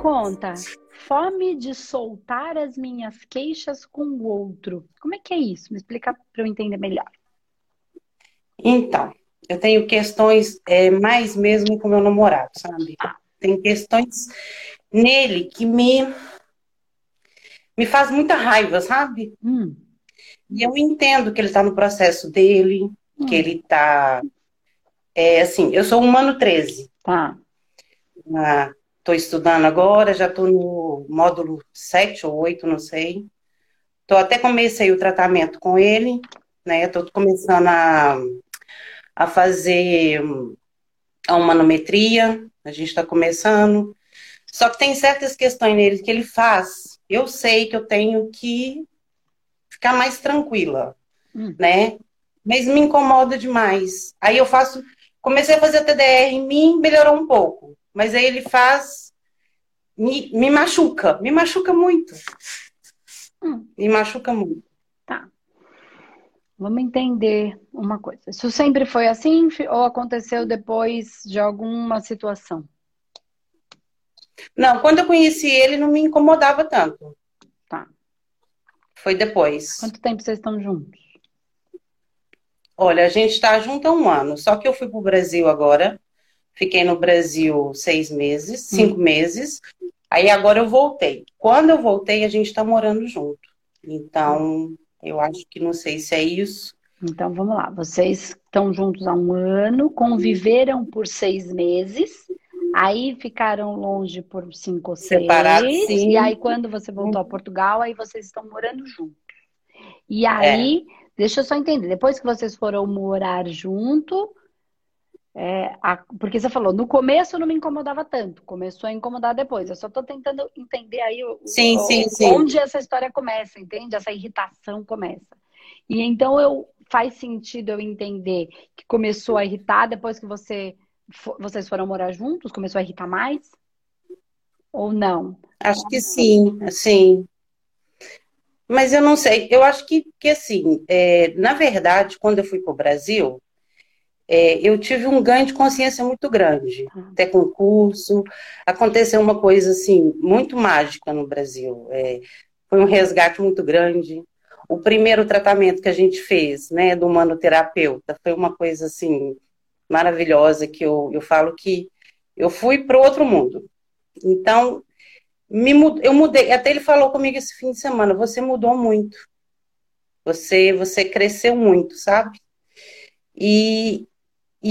conta. Fome de soltar as minhas queixas com o outro. Como é que é isso? Me explica para eu entender melhor. Então, eu tenho questões mais mesmo com meu namorado, sabe? Tem questões nele que me faz muita raiva, sabe? Hum, E eu entendo que ele está no processo dele, que hum, ele está... assim, eu sou humano 13. tá. Estou estudando agora, já estou no módulo 7 ou 8, não sei. Até comecei o tratamento com ele, né? Estou começando a fazer a humanometria, a gente está começando. Só que tem certas questões nele que ele faz. Eu sei que eu tenho que ficar mais tranquila, Hum, né? Mas me incomoda demais. Aí eu faço, comecei a fazer TDR em mim, melhorou um pouco. Mas aí ele faz, me machuca muito, hum, me machuca muito. tá. Vamos entender uma coisa. Isso sempre foi assim ou aconteceu depois de alguma situação? Não, quando eu conheci ele, não me incomodava tanto. Tá. Foi depois. Quanto tempo vocês estão juntos? Olha, a gente está junto há um ano, só que eu fui para o Brasil agora. Fiquei no Brasil 6 meses, cinco Hum. meses. Aí agora eu voltei. Quando eu voltei, a gente está morando junto. Hum. Então, eu acho que não sei se é isso. Então vamos lá. Vocês estão juntos há um ano, conviveram por 6 meses, aí ficaram longe por 5 ou 6, Separado, e sim. aí quando você voltou a Portugal, aí vocês estão morando juntos. E É, aí, deixa eu só entender, depois que vocês foram morar junto, porque você falou, no começo não me incomodava tanto, começou a incomodar depois. Eu só tô tentando entender aí sim, sim, sim. onde essa história começa, entende? Essa irritação começa. E então faz sentido eu entender que começou a irritar depois que vocês foram morar juntos, começou a irritar mais? Ou não? Acho que sim, assim. Mas eu não sei. Eu acho que assim, na verdade, quando eu fui para o Brasil, eu tive um ganho de consciência muito grande. Tá. Até com o curso, aconteceu uma coisa assim muito mágica no Brasil. Foi um resgate muito grande. O primeiro tratamento que a gente fez, né, do humanoterapeuta, foi uma coisa assim maravilhosa que eu falo que eu fui para outro mundo. Então, eu mudei. Até ele falou comigo esse fim de semana: você mudou muito. Você cresceu muito, sabe? E, E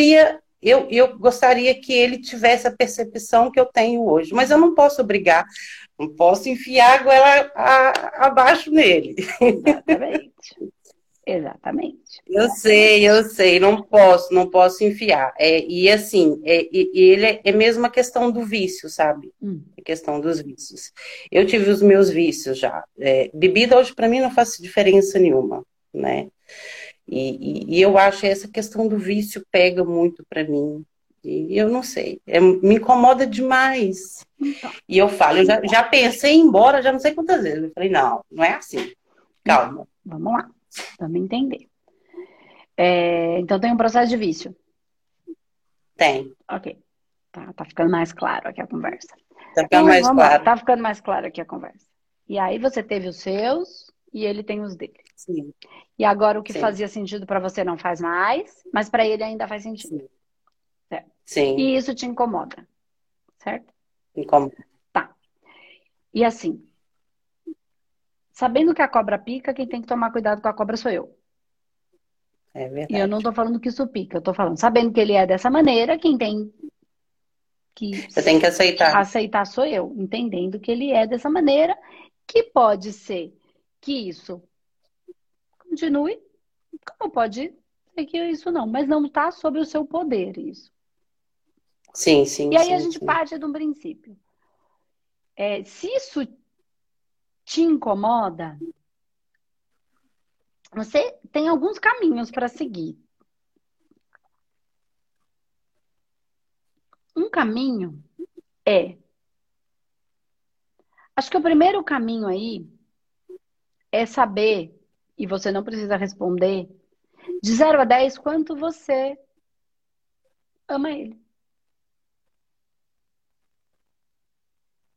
eu gostaria que ele tivesse a percepção que eu tenho hoje, mas eu não posso obrigar, não posso enfiar a goela abaixo nele. Exatamente. Exatamente. Eu sei, não posso enfiar. E assim, e ele é mesmo a questão do vício, sabe? Hum. A questão dos vícios. Eu tive os meus vícios já. Bebida hoje para mim não faz diferença nenhuma, né? E eu acho que essa questão do vício pega muito para mim. E eu não sei, me incomoda demais. Então, E eu falo, eu já pensei em ir embora, já não sei quantas vezes. Eu falei, não, não é assim. então, Calma. vamos lá. Vamos entender. Então tem um processo de vício. Tem. Ok. Tá ficando mais claro aqui a conversa. Tá ficando Então, mais vamos lá. claro. Tá ficando mais claro aqui a conversa. E aí você teve os seus e ele tem os dele. Sim, E agora o que sim, fazia sentido para você não faz mais, mas para ele ainda faz sentido. sim, Certo? sim. E isso te incomoda, certo? Incomoda. Tá. E assim, sabendo que a cobra pica, quem tem que tomar cuidado com a cobra sou eu. É E eu não verdade. tô falando que isso pica, eu tô falando, sabendo que ele é dessa maneira, quem tem que Você tem que aceitar. aceitar sou eu, entendendo que ele é dessa maneira, que pode ser que isso continue, como pode ser que isso não, mas não está sob o seu poder isso. Sim, E sim, aí a sim, gente sim. parte de um princípio. Se isso te incomoda, você tem alguns caminhos para seguir. Um caminho é, acho que o primeiro caminho aí é saber, e você não precisa responder, de 0 a 10, quanto você ama ele.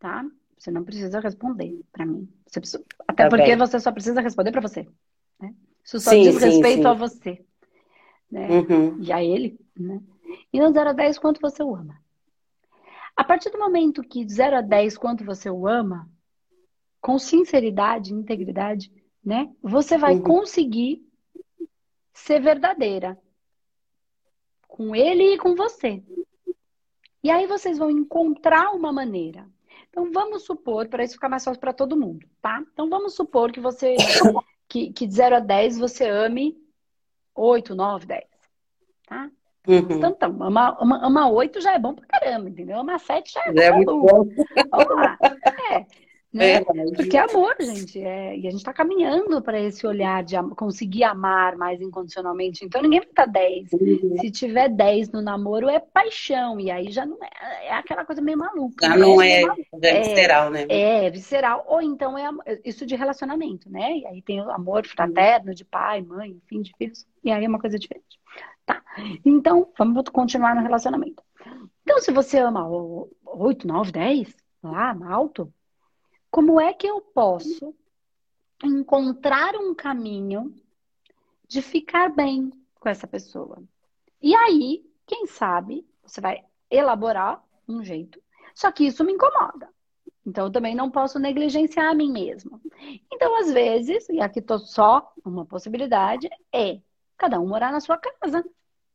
tá? Você não precisa responder para mim. Até Tá porque bem. você só precisa responder para você, né? Isso só Sim, diz sim, respeito a sim. você, né? Uhum. E a ele, né? E no 0 a 10, quanto você o ama? A partir do momento que de 0 a 10, quanto você o ama, com sinceridade, integridade, né? Você vai Uhum. conseguir ser verdadeira com ele e com você. E aí vocês vão encontrar uma maneira. Então vamos supor, para isso ficar mais fácil para todo mundo, tá? Então vamos supor que que de 0 a 10 você ame 8, 9, 10, tá? Uhum. Então, ama 8 já é bom pra caramba, entendeu? Ama 7 já é Já é muito maluco. bom. Vamos lá. É, né? Porque Verdade. é amor, gente, e a gente tá caminhando para esse olhar de conseguir amar mais incondicionalmente. Então ninguém vai estar 10. Uhum. Se tiver 10 no namoro, é paixão. E aí já não é, é aquela coisa meio maluca, Já né? não é, já é É, visceral, né? é visceral. Ou então isso de relacionamento, né? E aí tem o amor Uhum. fraterno de pai, mãe, enfim, de filhos. E aí é uma coisa diferente. Tá. Então, vamos continuar no relacionamento. Então, se você ama 8, 9, 10, lá, alto, como é que eu posso encontrar um caminho de ficar bem com essa pessoa? E aí, quem sabe, você vai elaborar um jeito. Só que isso me incomoda. Então, eu também não posso negligenciar a mim mesma. Então, às vezes, e aqui tô só uma possibilidade, é cada um morar na sua casa.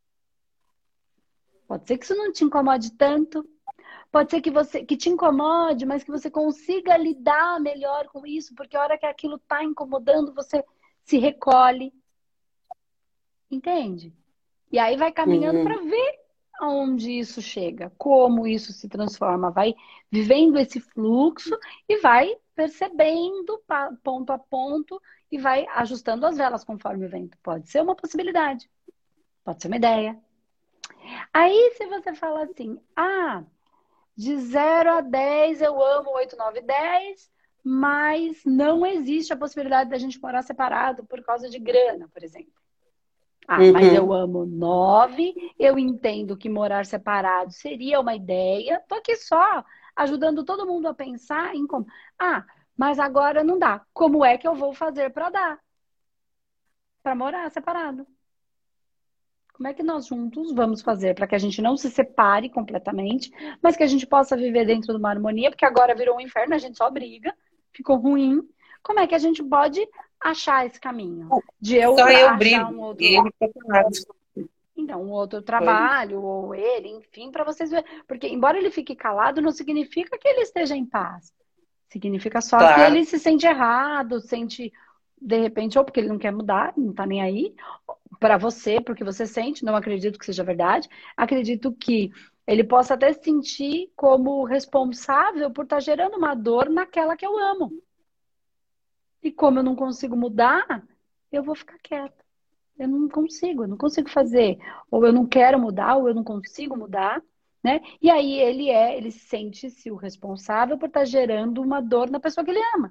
Pode ser que isso não te incomode tanto. Pode ser que te incomode, mas que você consiga lidar melhor com isso, porque a hora que aquilo está incomodando, você se recolhe, entende? E aí vai caminhando para Uhum. ver aonde isso chega, como isso se transforma, vai vivendo esse fluxo e vai percebendo ponto a ponto e vai ajustando as velas conforme o vento. Pode ser uma possibilidade, pode ser uma ideia. Aí se você fala assim, de 0 a 10 eu amo 8, 9, 10, mas não existe a possibilidade da gente morar separado por causa de grana, por exemplo. Mas eu Uhum. amo 9, eu entendo que morar separado seria uma ideia. Tô aqui só ajudando todo mundo a pensar em como. Mas agora não dá. Como é que eu vou fazer para dar? Para morar separado? Como é que nós juntos vamos fazer para que a gente não se separe completamente, mas que a gente possa viver dentro de uma harmonia, porque agora virou um inferno, a gente só briga, ficou ruim. Como é que a gente pode achar esse caminho? De eu Só eu achar brigo. um E outro, ele fica calado. então, um outro Foi. trabalho, ou ele, enfim, para vocês verem. Porque, embora ele fique calado, não significa que ele esteja em paz. Significa só que Claro. ele se sente errado, sente, de repente, ou porque ele não quer mudar, não tá nem aí, para você, porque você sente, não acredito que seja verdade. Acredito que ele possa até se sentir como responsável por estar gerando uma dor naquela que eu amo. E como eu não consigo mudar, eu vou ficar quieta. Eu não consigo fazer. Ou eu não quero mudar, ou eu não consigo mudar, né? E aí ele sente-se o responsável por estar gerando uma dor na pessoa que ele ama,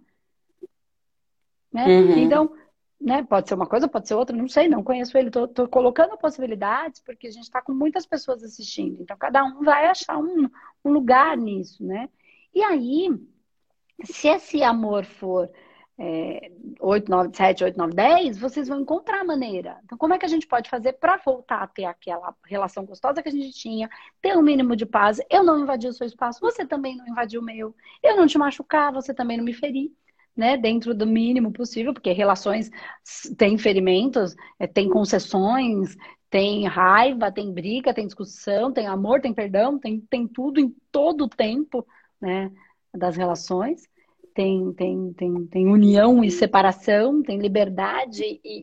né? Uhum. Então, né, pode ser uma coisa, pode ser outra, não sei, não conheço ele. Tô colocando possibilidades porque a gente está com muitas pessoas assistindo. Então, cada um vai achar um lugar nisso, né? E aí, se esse amor for 8, 9, 7, 8, 9, 10, vocês vão encontrar a maneira. Então, como é que a gente pode fazer para voltar a ter aquela relação gostosa que a gente tinha, ter um mínimo de paz? Eu não invadi o seu espaço, você também não invadiu o meu. Eu não te machucar, você também não me ferir, né? Dentro do mínimo possível, porque relações têm ferimentos, tem concessões, tem raiva, tem briga, tem discussão, tem amor, tem perdão, tem tudo em todo o tempo, né, das relações. Tem união e separação, tem liberdade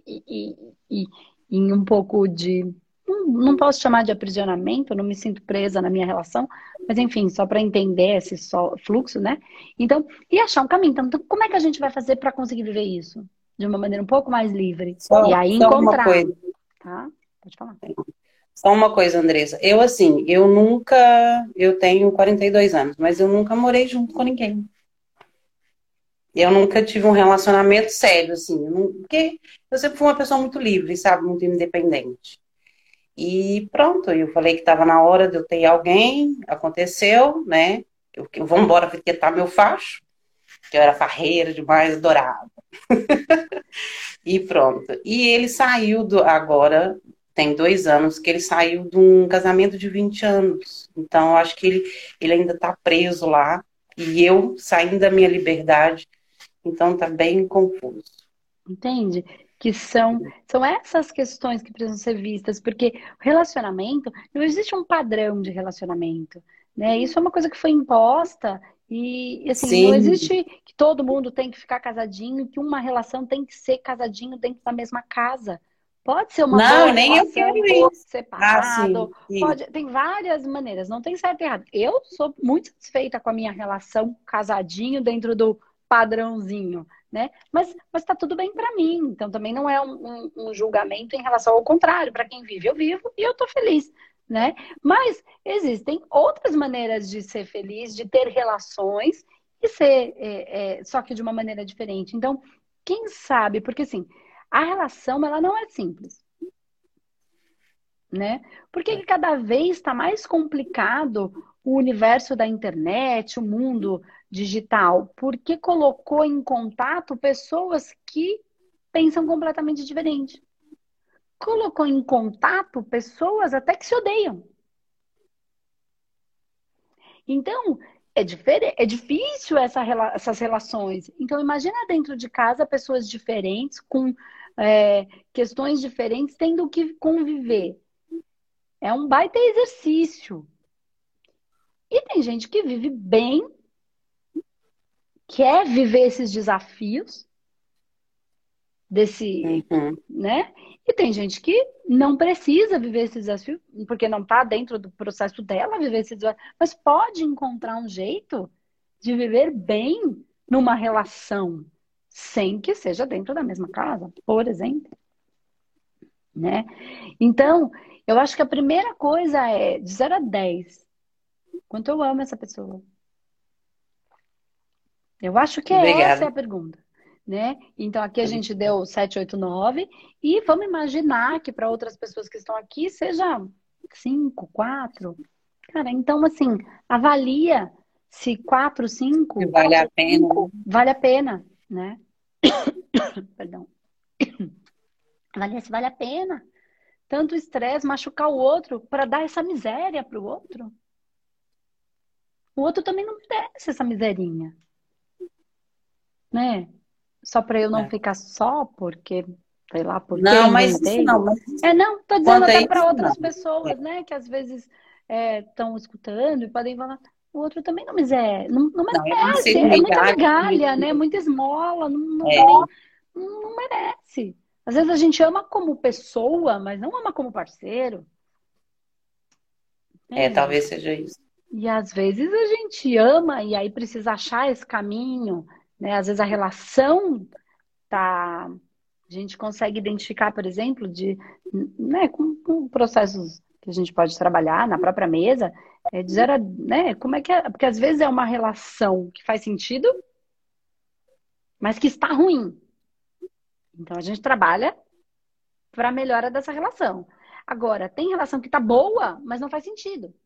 e, e um pouco de. Não posso chamar de aprisionamento, eu não me sinto presa na minha relação, mas enfim, só para entender esse fluxo, né? Então, e achar um caminho. Então, como é que a gente vai fazer para conseguir viver isso? De uma maneira um pouco mais livre. E Só, aí só uma encontrar, coisa. tá? Pode falar. Só uma coisa, Andressa. Eu, assim, eu nunca. Eu tenho 42 anos, mas eu nunca morei junto com ninguém. Eu nunca tive um relacionamento sério, assim. Porque eu sempre fui uma pessoa muito livre, sabe? Muito independente. E pronto, eu falei que estava na hora de eu ter alguém, aconteceu, né? Eu vou embora etiquetar meu facho, que eu era farreira demais, adorava. E pronto. E ele saiu agora, tem 2 anos, que ele saiu de um casamento de 20 anos. Então, eu acho que ele ainda está preso lá. E eu saindo da minha liberdade. Então, tá bem confuso. Entende? Que são essas questões que precisam ser vistas, porque relacionamento, não existe um padrão de relacionamento, né? Isso é uma coisa que foi imposta e, assim, não Sim. existe que todo mundo tem que ficar casadinho, que uma relação tem que ser casadinho dentro da mesma casa. Pode ser uma boa Não, nem eu relação quero isso. Ah, separado, sim, sim. pode, tem várias maneiras, não tem certo e errado. Eu sou muito satisfeita com a minha relação casadinho dentro do padrãozinho, né? Mas tá tudo bem para mim. Então também não é um julgamento em relação ao contrário. Para quem vive, eu vivo e eu tô feliz, né? Mas existem outras maneiras de ser feliz, de ter relações e ser só que de uma maneira diferente. Então, quem sabe? Porque assim, a relação ela não é simples, né? Porque cada vez está mais complicado o universo da internet, o mundo digital, porque colocou em contato pessoas que pensam completamente diferente. Colocou em contato pessoas até que se odeiam. Então, é difícil essas relações. Então, imagina dentro de casa pessoas diferentes, com questões diferentes, tendo que conviver. É um baita exercício. E tem gente que vive bem, quer viver esses desafios desse, Uhum. né? E tem gente que não precisa viver esse desafio, porque não está dentro do processo dela viver esse desafio, mas pode encontrar um jeito de viver bem numa relação, sem que seja dentro da mesma casa, por exemplo, né? Então, eu acho que a primeira coisa é de 0 a 10, quanto eu amo essa pessoa. Eu acho que essa é Obrigada. a pergunta, né? Então aqui a gente deu 7, 8, 9 e vamos imaginar que para outras pessoas que estão aqui seja 5, 4. Cara, então assim, avalia se 4, Se 5 vale a pena, né? vale a pena, né? Perdão. Avalia se vale a pena. Tanto estresse, machucar o outro para dar essa miséria para o outro. O outro também não merece essa miserinha, né? Só para eu não É. ficar só porque, sei lá, porque Não, mas isso inventei. não. Mas Não, tô dizendo quanto a até para isso, não. outras pessoas, né, que às vezes estão escutando e podem falar, o outro também não Não, eu não merece, aceito é muita migalha. migalha, né, muita esmola, também É, não merece. Às vezes a gente ama como pessoa, mas não ama como parceiro, entende? talvez seja isso. E às vezes a gente ama e aí precisa achar esse caminho, né? Às vezes a relação tá. A gente consegue identificar, por exemplo, né, com processos que a gente pode trabalhar na própria mesa, né, como é que é? Porque às vezes é uma relação que faz sentido, mas que está ruim. Então a gente trabalha para a melhora dessa relação. Agora, tem relação que está boa, mas não faz sentido.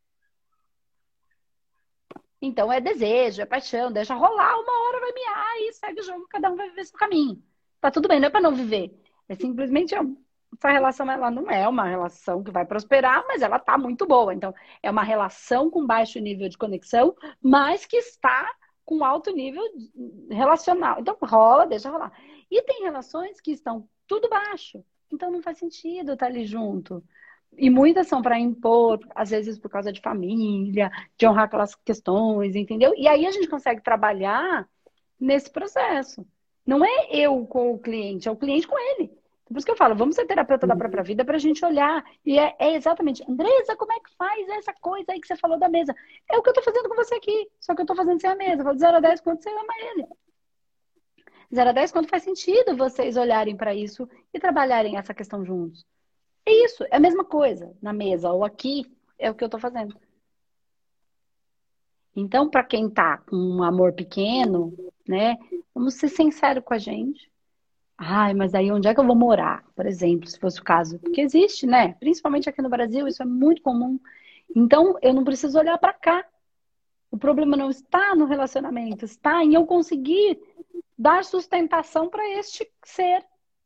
Então é desejo, é paixão, deixa rolar, uma hora vai miar e segue o jogo, cada um vai viver seu caminho. Tá tudo bem, não é para não viver. É simplesmente essa relação, ela não é uma relação que vai prosperar, mas ela tá muito boa. Então, é uma relação com baixo nível de conexão, mas que está com alto nível relacional. Então, rola, deixa rolar. E tem relações que estão tudo baixo. Então, não faz sentido estar ali junto. E muitas são para impor, às vezes por causa de família, de honrar aquelas questões, entendeu? E aí a gente consegue trabalhar nesse processo. Não é eu com o cliente, é o cliente com ele. Por isso que eu falo, vamos ser terapeuta da própria vida para a gente olhar. E é exatamente, Andresa, como é que faz essa coisa aí que você falou da mesa? É o que eu estou fazendo com você aqui, só que eu estou fazendo sem a mesa. Eu vou de 0 a 10 quanto você ama ele. 0 a 10 quanto faz sentido vocês olharem para isso e trabalharem essa questão juntos. É isso, é a mesma coisa na mesa ou aqui, é o que eu tô fazendo. Então, para quem tá com um amor pequeno, né, vamos ser sinceros com a gente. Ai, mas aí onde é que eu vou morar, por exemplo, se fosse o caso? Porque existe, né? Principalmente aqui no Brasil, isso é muito comum. Então, eu não preciso olhar para cá. O problema não está no relacionamento, está em eu conseguir dar sustentação para este ser.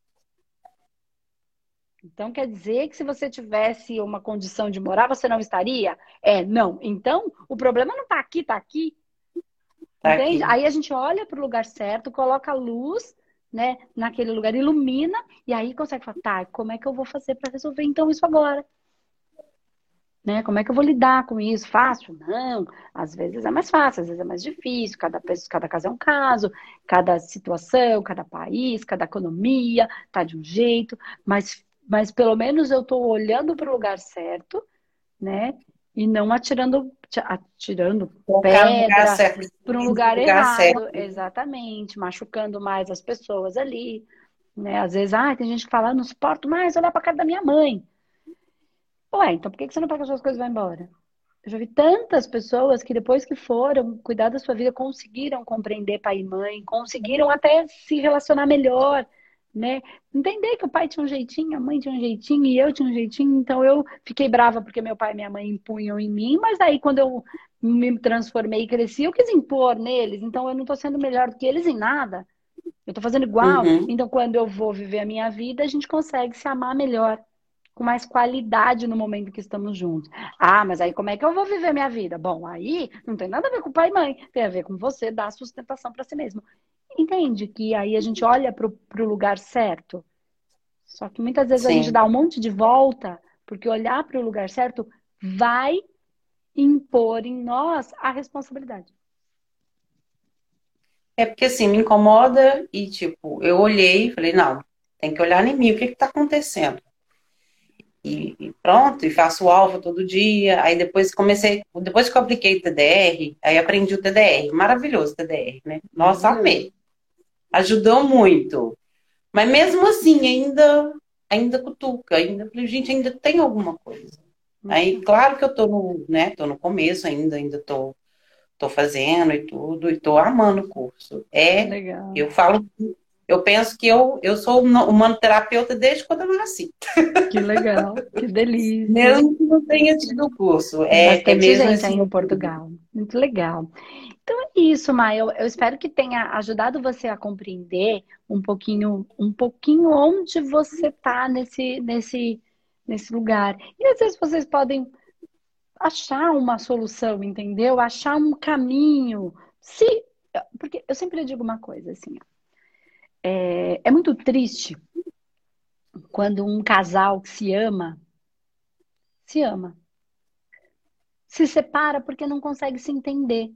Então, quer dizer que se você tivesse uma condição de morar, você não estaria? Não. Então, o problema não está aqui, está aqui. Tá Entende? aqui. Aí a gente olha para o lugar certo, coloca a luz, né, naquele lugar, ilumina, e aí consegue falar, tá, como é que eu vou fazer para resolver então isso agora? Né? Como é que eu vou lidar com isso? Fácil? Não. Às vezes é mais fácil, às vezes é mais difícil. Cada caso é um caso, cada situação, cada país, cada economia tá de um jeito, mas pelo menos eu estou olhando para o lugar certo, né? E não atirando Colocar no lugar pedra certo, para um no lugar lugar certo. errado, exatamente, machucando mais as pessoas ali, né? Às vezes, tem gente que fala, não suporto mais olhar para a cara da minha mãe. Ué, então por que você não pega as suas coisas e vai embora? Eu já vi tantas pessoas que depois que foram cuidar da sua vida, conseguiram compreender pai e mãe, conseguiram até se relacionar melhor, né? Entender que o pai tinha um jeitinho, a mãe tinha um jeitinho e eu tinha um jeitinho, então eu fiquei brava porque meu pai e minha mãe impunham em mim, mas aí quando eu me transformei e cresci, eu quis impor neles, então eu não tô sendo melhor do que eles em nada. Eu tô fazendo igual, Uhum. então quando eu vou viver a minha vida, a gente consegue se amar melhor, com mais qualidade no momento que estamos juntos. Mas aí como é que eu vou viver minha vida? Bom, aí não tem nada a ver com pai e mãe, tem a ver com você dar sustentação para si mesmo. Entende que aí a gente olha para o lugar certo? Só que muitas vezes a gente Sim. dá um monte de volta, porque olhar para o lugar certo vai impor em nós a responsabilidade. É porque assim, me incomoda e tipo, eu olhei e falei, não, tem que olhar em mim, o que que tá acontecendo? E pronto, e faço alvo todo dia. Aí depois que eu apliquei o TDR, aí aprendi o TDR. Maravilhoso o TDR, né? Nossa, Maravilhoso. amei. Ajudou muito. Mas mesmo assim, ainda cutuca, ainda falei, gente, ainda tem alguma coisa. Aí, Uhum. claro que eu tô tô no começo ainda tô fazendo e tudo, e tô amando o curso. Legal. Eu falo, eu penso que eu sou humanoterapeuta desde quando eu nasci. Que legal. Que delícia. Mesmo que não tenha tido o curso. Tem É bastante mesmo gente esse aí em meu filho. Portugal. Muito legal. Então é isso, Maia. Eu espero que tenha ajudado você a compreender um pouquinho onde você está nesse lugar. E às vezes vocês podem achar uma solução, entendeu? Achar um caminho. Porque eu sempre digo uma coisa assim, ó. É muito triste quando um casal que se ama, se separa porque não consegue se entender.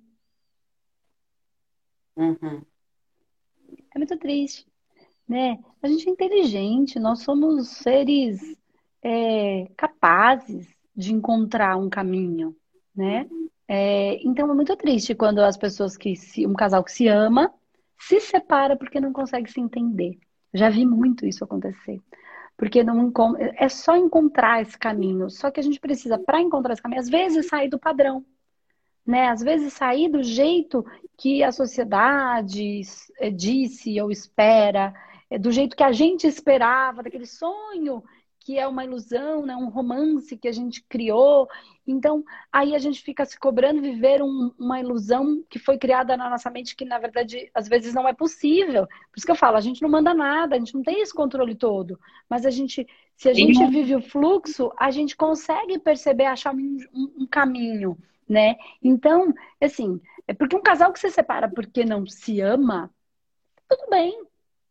Uhum. É muito triste. Né? A gente é inteligente, nós somos seres capazes de encontrar um caminho, né? Então é muito triste quando as pessoas um casal que se ama se separa porque não consegue se entender. Já vi muito isso acontecer. Porque é só encontrar esse caminho. Só que a gente precisa, para encontrar esse caminho, às vezes sair do padrão, né? Às vezes sair do jeito que a sociedade disse ou espera, do jeito que a gente esperava, daquele sonho que é uma ilusão, né? Um romance que a gente criou. Então, aí a gente fica se cobrando viver uma ilusão que foi criada na nossa mente, que na verdade às vezes não é possível. Por isso que eu falo, a gente não manda nada, a gente não tem esse controle todo. Mas se a gente Tem vive o fluxo, a gente consegue perceber, achar um caminho, né? Então, assim, é porque um casal que se separa porque não se ama, tudo bem.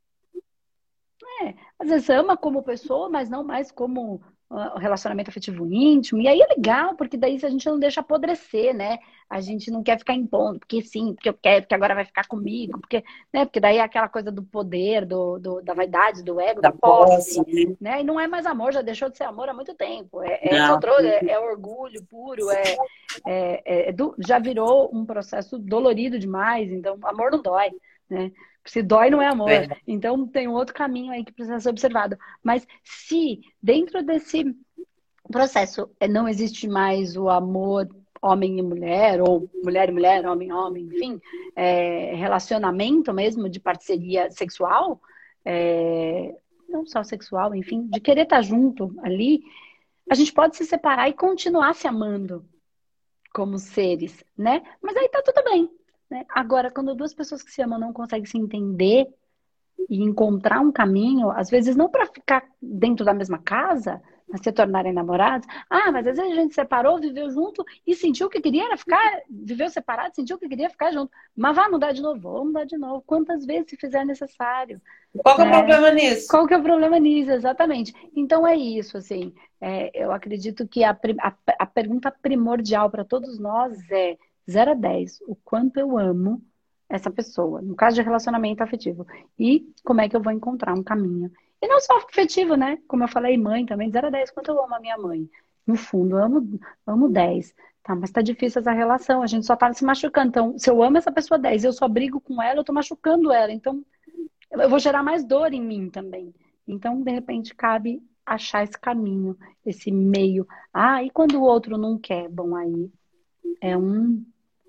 Às vezes ama como pessoa, mas não mais como relacionamento afetivo íntimo. E aí é legal, porque daí a gente não deixa apodrecer, né? A gente não quer ficar impondo, porque sim, porque eu quero, porque agora vai ficar comigo, porque daí é aquela coisa do poder, da vaidade, do ego, da da posse, posse, né? né? E não é mais amor, já deixou de ser amor há muito tempo. É Não. controle, é orgulho puro, já virou um processo dolorido demais, então amor não dói, né? Se dói, não é amor. Verdade. Então, tem um outro caminho aí que precisa ser observado. Mas se dentro desse processo não existe mais o amor homem e mulher, ou mulher e mulher, homem e homem, enfim, relacionamento mesmo de parceria sexual, não só sexual, enfim, de querer estar junto ali, a gente pode se separar e continuar se amando. como seres, né? Mas aí tá tudo bem, né? Agora, quando duas pessoas que se amam não conseguem se entender e encontrar um caminho, às vezes não para ficar dentro da mesma casa, mas se tornarem namorados. Ah, mas às vezes a gente separou, viveu junto e sentiu que queria era ficar, viveu separado, sentiu que queria ficar junto. Mas vai mudar de novo, vou mudar de novo, quantas vezes se fizer necessário, Qual que é o né? problema nisso? Qual que é o problema nisso? Exatamente. Então é isso, assim. Eu acredito que a pergunta primordial para todos nós é 0 a 10, o quanto eu amo essa pessoa, no caso de relacionamento afetivo. E como é que eu vou encontrar um caminho? E não só afetivo, né? Como eu falei, mãe também, 0 a 10, quanto eu amo a minha mãe. No fundo, eu amo 10. Tá, mas tá difícil essa relação, a gente só tá se machucando. Então, se eu amo essa pessoa 10, eu só brigo com ela, eu tô machucando ela. Então, eu vou gerar mais dor em mim também. Então, de repente, cabe achar esse caminho, esse meio. Ah, e quando o outro não quer? Bom, aí é um,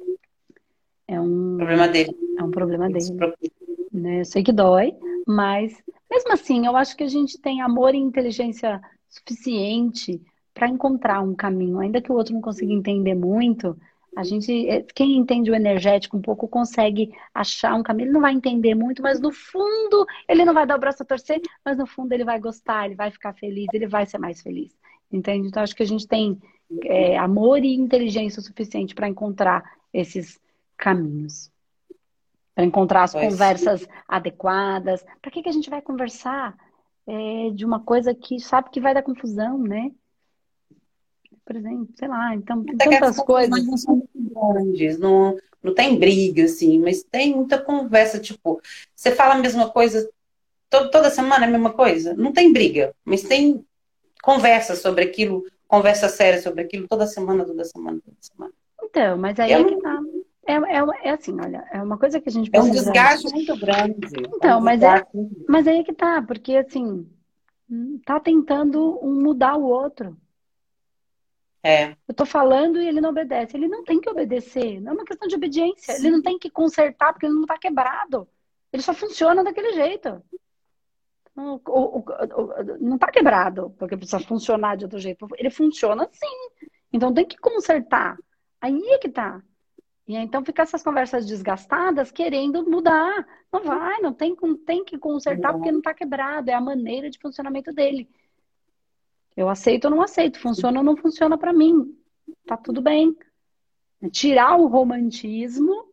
é um, Problema dele. é um problema Ele se dele, preocupa. né? Eu sei que dói, mas mesmo assim, eu acho que a gente tem amor e inteligência suficiente para encontrar um caminho, ainda que o outro não consiga entender muito. A gente, quem entende o energético um pouco consegue achar um caminho. Ele não vai entender muito, mas no fundo ele não vai dar o braço a torcer, mas no fundo ele vai gostar, ele vai ficar feliz, ele vai ser mais feliz. Entende? Então acho que a gente tem amor e inteligência o suficiente para encontrar esses caminhos, para encontrar as Pois. conversas adequadas. Para que a gente vai conversar de uma coisa que sabe que vai dar confusão, né? Por exemplo, sei lá, então tem Até que as tantas confusões coisas. não são muito grandes, não tem briga, assim, mas tem muita conversa, tipo, você fala a mesma coisa, toda semana é a mesma coisa? Não tem briga, mas tem conversa sobre aquilo, conversa séria sobre aquilo, toda semana, toda semana, toda semana. Então, mas aí É é que um, tá. É assim, olha, é uma coisa que a gente é um precisa. desgaste muito grande, é um Então, desgaste muito grande. mas aí é que tá, porque assim, tá tentando um mudar o outro. É, Eu tô falando e ele não obedece. Ele não tem que obedecer, não é uma questão de obediência. Ele não sim, tem que consertar porque ele não tá quebrado. Ele só funciona daquele jeito. Não tá quebrado porque precisa funcionar de outro jeito. Ele funciona assim. Então tem que consertar. Aí é que tá. E aí, então fica essas conversas desgastadas querendo mudar. Não vai, não tem que consertar porque não está quebrado. É a maneira de funcionamento dele. Eu aceito ou não aceito, funciona ou não funciona para mim. Tá tudo bem. Tirar o romantismo.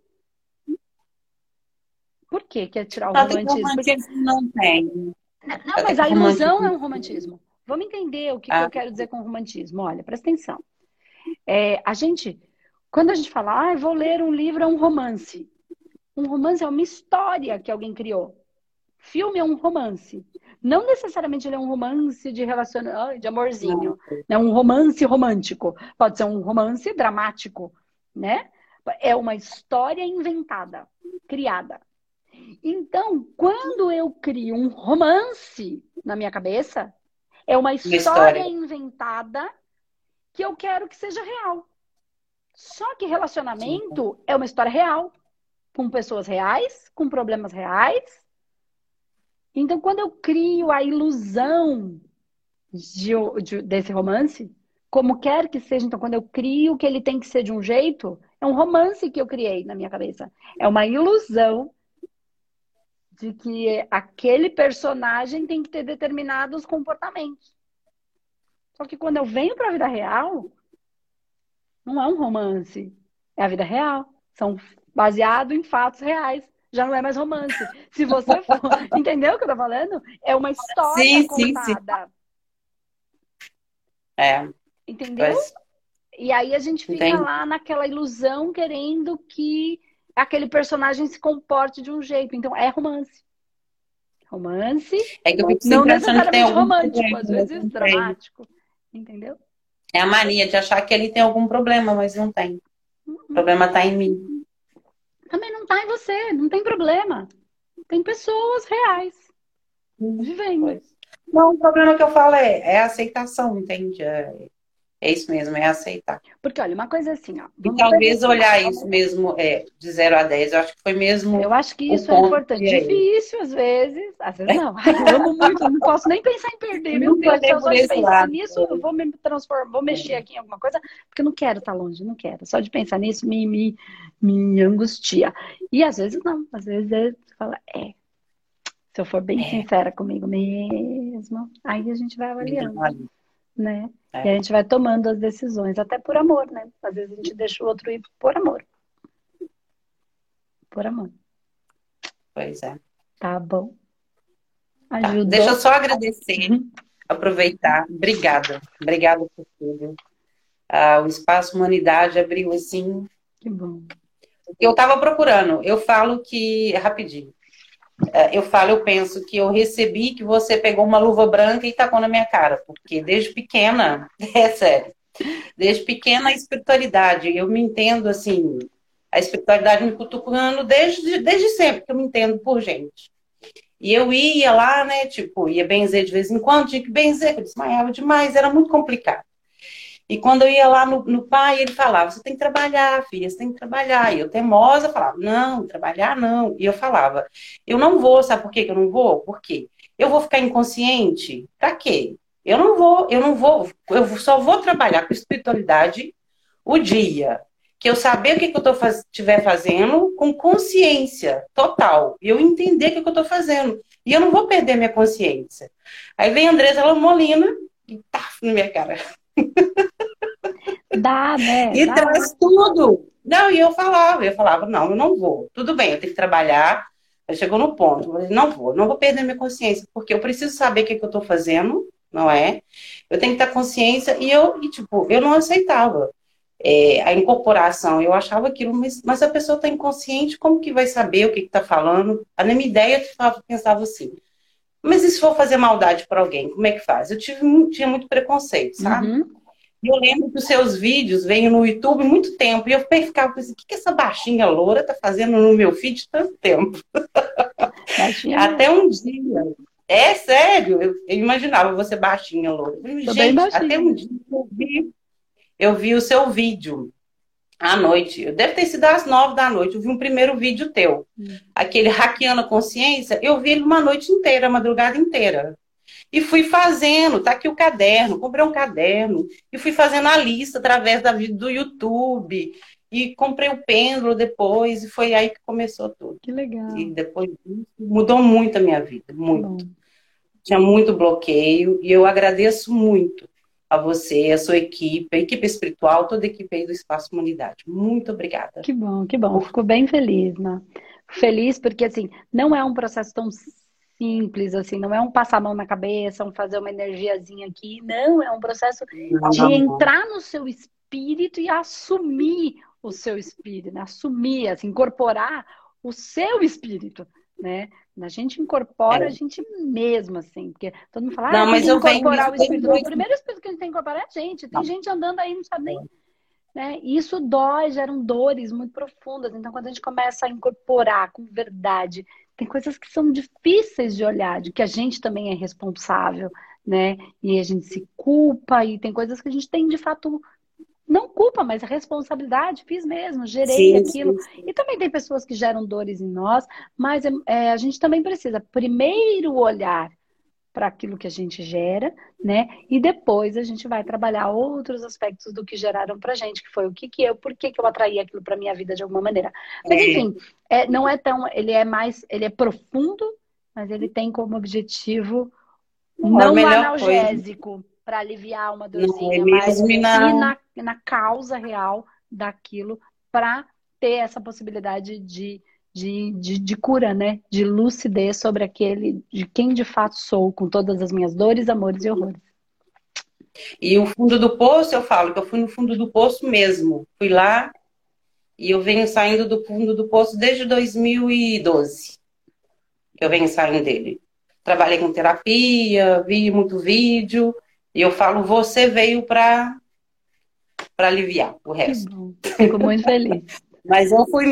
Por que que é tirar o até que romantismo? Porque romantismo não tem. não, Até mas que a ilusão é romantismo. um romantismo. Vamos entender o que que eu Ah, quero dizer com romantismo. Olha, presta atenção. A gente, quando a gente fala, vou ler um livro, é um romance. Um romance é uma história que alguém criou. Filme é um romance. Não necessariamente ele é um romance de relacionamento, de não. amorzinho. É um romance romântico. Pode ser um romance dramático, né? É uma história inventada, criada. Então, quando eu crio um romance na minha cabeça, é uma Uma história história. inventada que eu quero que seja real. Só que Sim. relacionamento é uma história real, com pessoas reais, com problemas reais. Então, quando eu crio a ilusão desse romance, como quer que seja, então, quando eu crio que ele tem que ser de um jeito, é um romance que eu criei na minha cabeça. É uma ilusão de que aquele personagem tem que ter determinados comportamentos. Só que quando eu venho para a vida real, não é um romance, é a vida real. São baseado em fatos reais. Já não é mais romance. Se você for, entendeu o que eu tô falando? É uma história Sim, sim, sim. contada. É, Entendeu? pois, E aí a gente fica entendi. lá naquela ilusão querendo que aquele personagem se comporte de um jeito. Então é romance. Romance, É que eu fico não sempre achando que tem necessariamente algum romântico, problema, às mas vezes não tem. dramático. Entendeu? É a mania de achar que ele tem algum problema, mas não tem. O problema está em mim. Também não tá em você, não tem problema. Tem pessoas reais vivendo. Pois. Não, o problema que eu falo é a aceitação, entende? É isso mesmo, é aceitar. Porque, olha, uma coisa assim, ó. E talvez olhar isso mesmo de 0 a 10, eu acho que foi mesmo Eu acho que o isso é ponto importante. que é. Difícil, às vezes não. Ai, eu amo muito, eu não posso nem pensar em perder. Meu Nunca Deus do olhei céu, por só de esse pensar lado. nisso, eu vou me transformar, vou mexer aqui em alguma coisa, porque eu não quero estar longe, não quero. Só de pensar nisso me angustia. E às vezes não, às vezes você fala, se eu for bem É, sincera comigo mesmo, aí a gente vai me dá avaliando, uma luz. né? E É, a gente vai tomando as decisões, até por amor, né? Às vezes a gente deixa o outro ir por amor, por amor. pois é. Tá bom? Tá. Deixa eu Ajudou? só agradecer, aproveitar. Obrigada. Obrigada por tudo. O Espaço Humanidade abriu assim. Que bom. Eu estava procurando. Eu falo que. Rapidinho. Eu penso que eu recebi que você pegou uma luva branca e tacou na minha cara. Porque desde pequena, é sério, desde pequena a espiritualidade, eu me entendo assim. A espiritualidade me cutucando desde sempre que eu me entendo por gente. E eu ia lá, né? Tipo, ia benzer de vez em quando, tinha que benzer, eu desmaiava demais, era muito complicado. E quando eu ia lá no pai, ele falava: você tem que trabalhar, filha, você tem que trabalhar. E eu, teimosa, falava: não, trabalhar não. E eu falava: eu não vou, sabe por que eu não vou? Por quê? Eu vou ficar inconsciente? Pra quê? Eu só vou trabalhar com espiritualidade o dia que eu saber o que eu estiver fazendo com consciência total. E eu entender o que eu estou fazendo. E eu não vou perder minha consciência. Aí vem a Andressa Molina e tá na minha cara. Dá, né? E Dá. traz tudo. Não, e eu falava, não, eu não vou. Tudo bem, eu tenho que trabalhar. Aí chegou no ponto, eu falei, não vou perder minha consciência, porque eu preciso saber o que eu estou fazendo, não é? Eu tenho que ter consciência, tipo, eu não aceitava a incorporação, eu achava aquilo, mas a pessoa está inconsciente, como que vai saber o que está falando? A minha ideia, eu pensava assim, mas e se for fazer maldade para alguém, como é que faz? Tinha muito preconceito, sabe? Uhum. E eu lembro que os seus vídeos vêm no YouTube muito tempo. E eu ficava pensando, o que essa baixinha loura tá fazendo no meu feed tanto tempo? Baixinha Até mesmo. um dia. É sério, eu imaginava você baixinha, loura. Eu falei, Tô bem gente, até baixinha um mesmo. dia eu vi o seu vídeo à noite. Deve ter sido às 9 da noite. Eu vi um primeiro vídeo teu. Aquele hackeando a consciência, eu vi ele uma noite inteira, a madrugada inteira. E fui fazendo, tá aqui o caderno, comprei um caderno, e fui fazendo a lista através do YouTube, e comprei o pêndulo depois, e foi aí que começou tudo. Que legal. E depois disso, mudou muito a minha vida, Que muito. bom. Tinha muito bloqueio, e eu agradeço muito a você, a sua equipe, a equipe espiritual, toda a equipe aí do Espaço Humanidade. Muito obrigada. Que bom, que bom. Fico bem feliz, né? Feliz porque, assim, não é um processo tão simples, assim, não é um passar a mão na cabeça, um fazer uma energiazinha aqui. Não, é um processo de Não, entrar no seu espírito e assumir o seu espírito, né? Assumir, assim, incorporar o seu espírito, né? A gente incorpora a gente mesmo, assim, porque todo mundo fala, não, tem mas que eu venho incorporar isso o desde espírito. Não, o primeiro espírito que a gente tem que incorporar é a gente. Tem gente andando aí, não sabe nem, né? E isso dói, geram dores muito profundas. Então, quando a gente começa a incorporar com verdade, tem coisas que são difíceis de olhar, de que a gente também é responsável, né? E a gente se culpa, e tem coisas que a gente tem de fato. Não culpa, mas a responsabilidade, fiz mesmo, gerei sim, aquilo. sim. E também tem pessoas que geram dores em nós, mas a gente também precisa primeiro olhar para aquilo que a gente gera, né? E depois a gente vai trabalhar outros aspectos do que geraram para gente, que foi por que eu atraí aquilo para minha vida de alguma maneira. Mas enfim, não é tão, ele é profundo, mas ele tem como objetivo A não melhor coisa. analgésico para aliviar uma Não, é dorzinha, mas mesmo, e ir não. na causa real daquilo para ter essa possibilidade de cura, né? De lucidez sobre de quem de fato sou, com todas as minhas dores, amores e horrores. E o fundo do poço, eu falo que eu fui no fundo do poço mesmo. Fui lá e eu venho saindo do fundo do poço desde 2012, que eu venho saindo dele. Trabalhei com terapia, vi muito vídeo, e eu falo, você veio para aliviar o Que resto. bom, fico muito feliz. Mas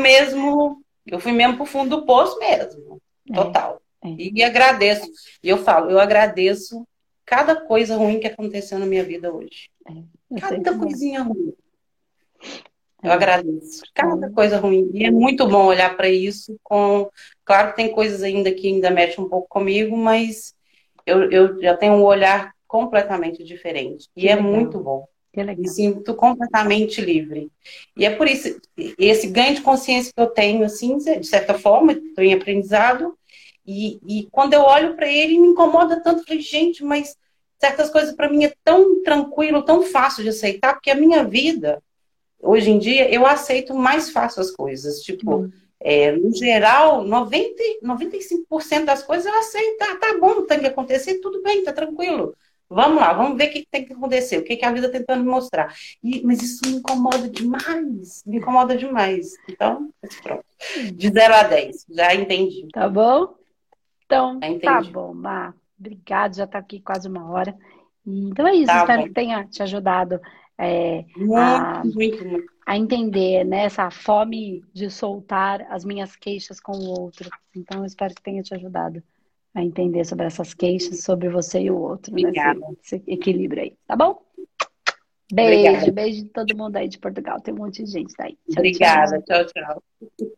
eu fui mesmo pro fundo do poço mesmo, total. É. E agradeço. E eu falo, eu agradeço cada coisa ruim que aconteceu na minha vida hoje. Sei Cada como é. coisinha ruim. Eu agradeço. Cada coisa ruim. E é muito bom olhar para isso com... Claro que tem coisas ainda que ainda mexem um pouco comigo, mas eu já tenho um olhar completamente diferente. E Que é legal. muito bom. Que Me legal. sinto completamente livre. E é por isso, esse ganho de consciência que eu tenho, assim, de certa forma, estou em aprendizado, e quando eu olho para ele, me incomoda tanto. Eu falei, gente, mas certas coisas para mim é tão tranquilo, tão fácil de aceitar, porque a minha vida, hoje em dia, eu aceito mais fácil as coisas. Que Tipo, bom. no geral, 95% das coisas eu aceito. Tá bom, tem que acontecer, tudo bem, tá tranquilo. Vamos lá, vamos ver o que tem que acontecer, o que a vida está tentando me mostrar. Mas isso me incomoda demais, me incomoda demais. Então, pronto. De 0 a 10, já entendi. Tá bom? Então, Já tá entendi. bom, Má. Obrigada, já tá aqui quase uma hora. Então é isso, Tá espero bom. que tenha te ajudado Muito, a, muito, muito. a entender, né, essa fome de soltar as minhas queixas com o outro. Então, eu espero que tenha te ajudado a entender sobre essas queixas, sobre você e o outro, né? Obrigada. Esse equilíbrio aí, tá bom? Obrigada. Beijo de todo mundo aí de Portugal. Tem um monte de gente daí. Tchau, Obrigada. tchau. Tchau, tchau.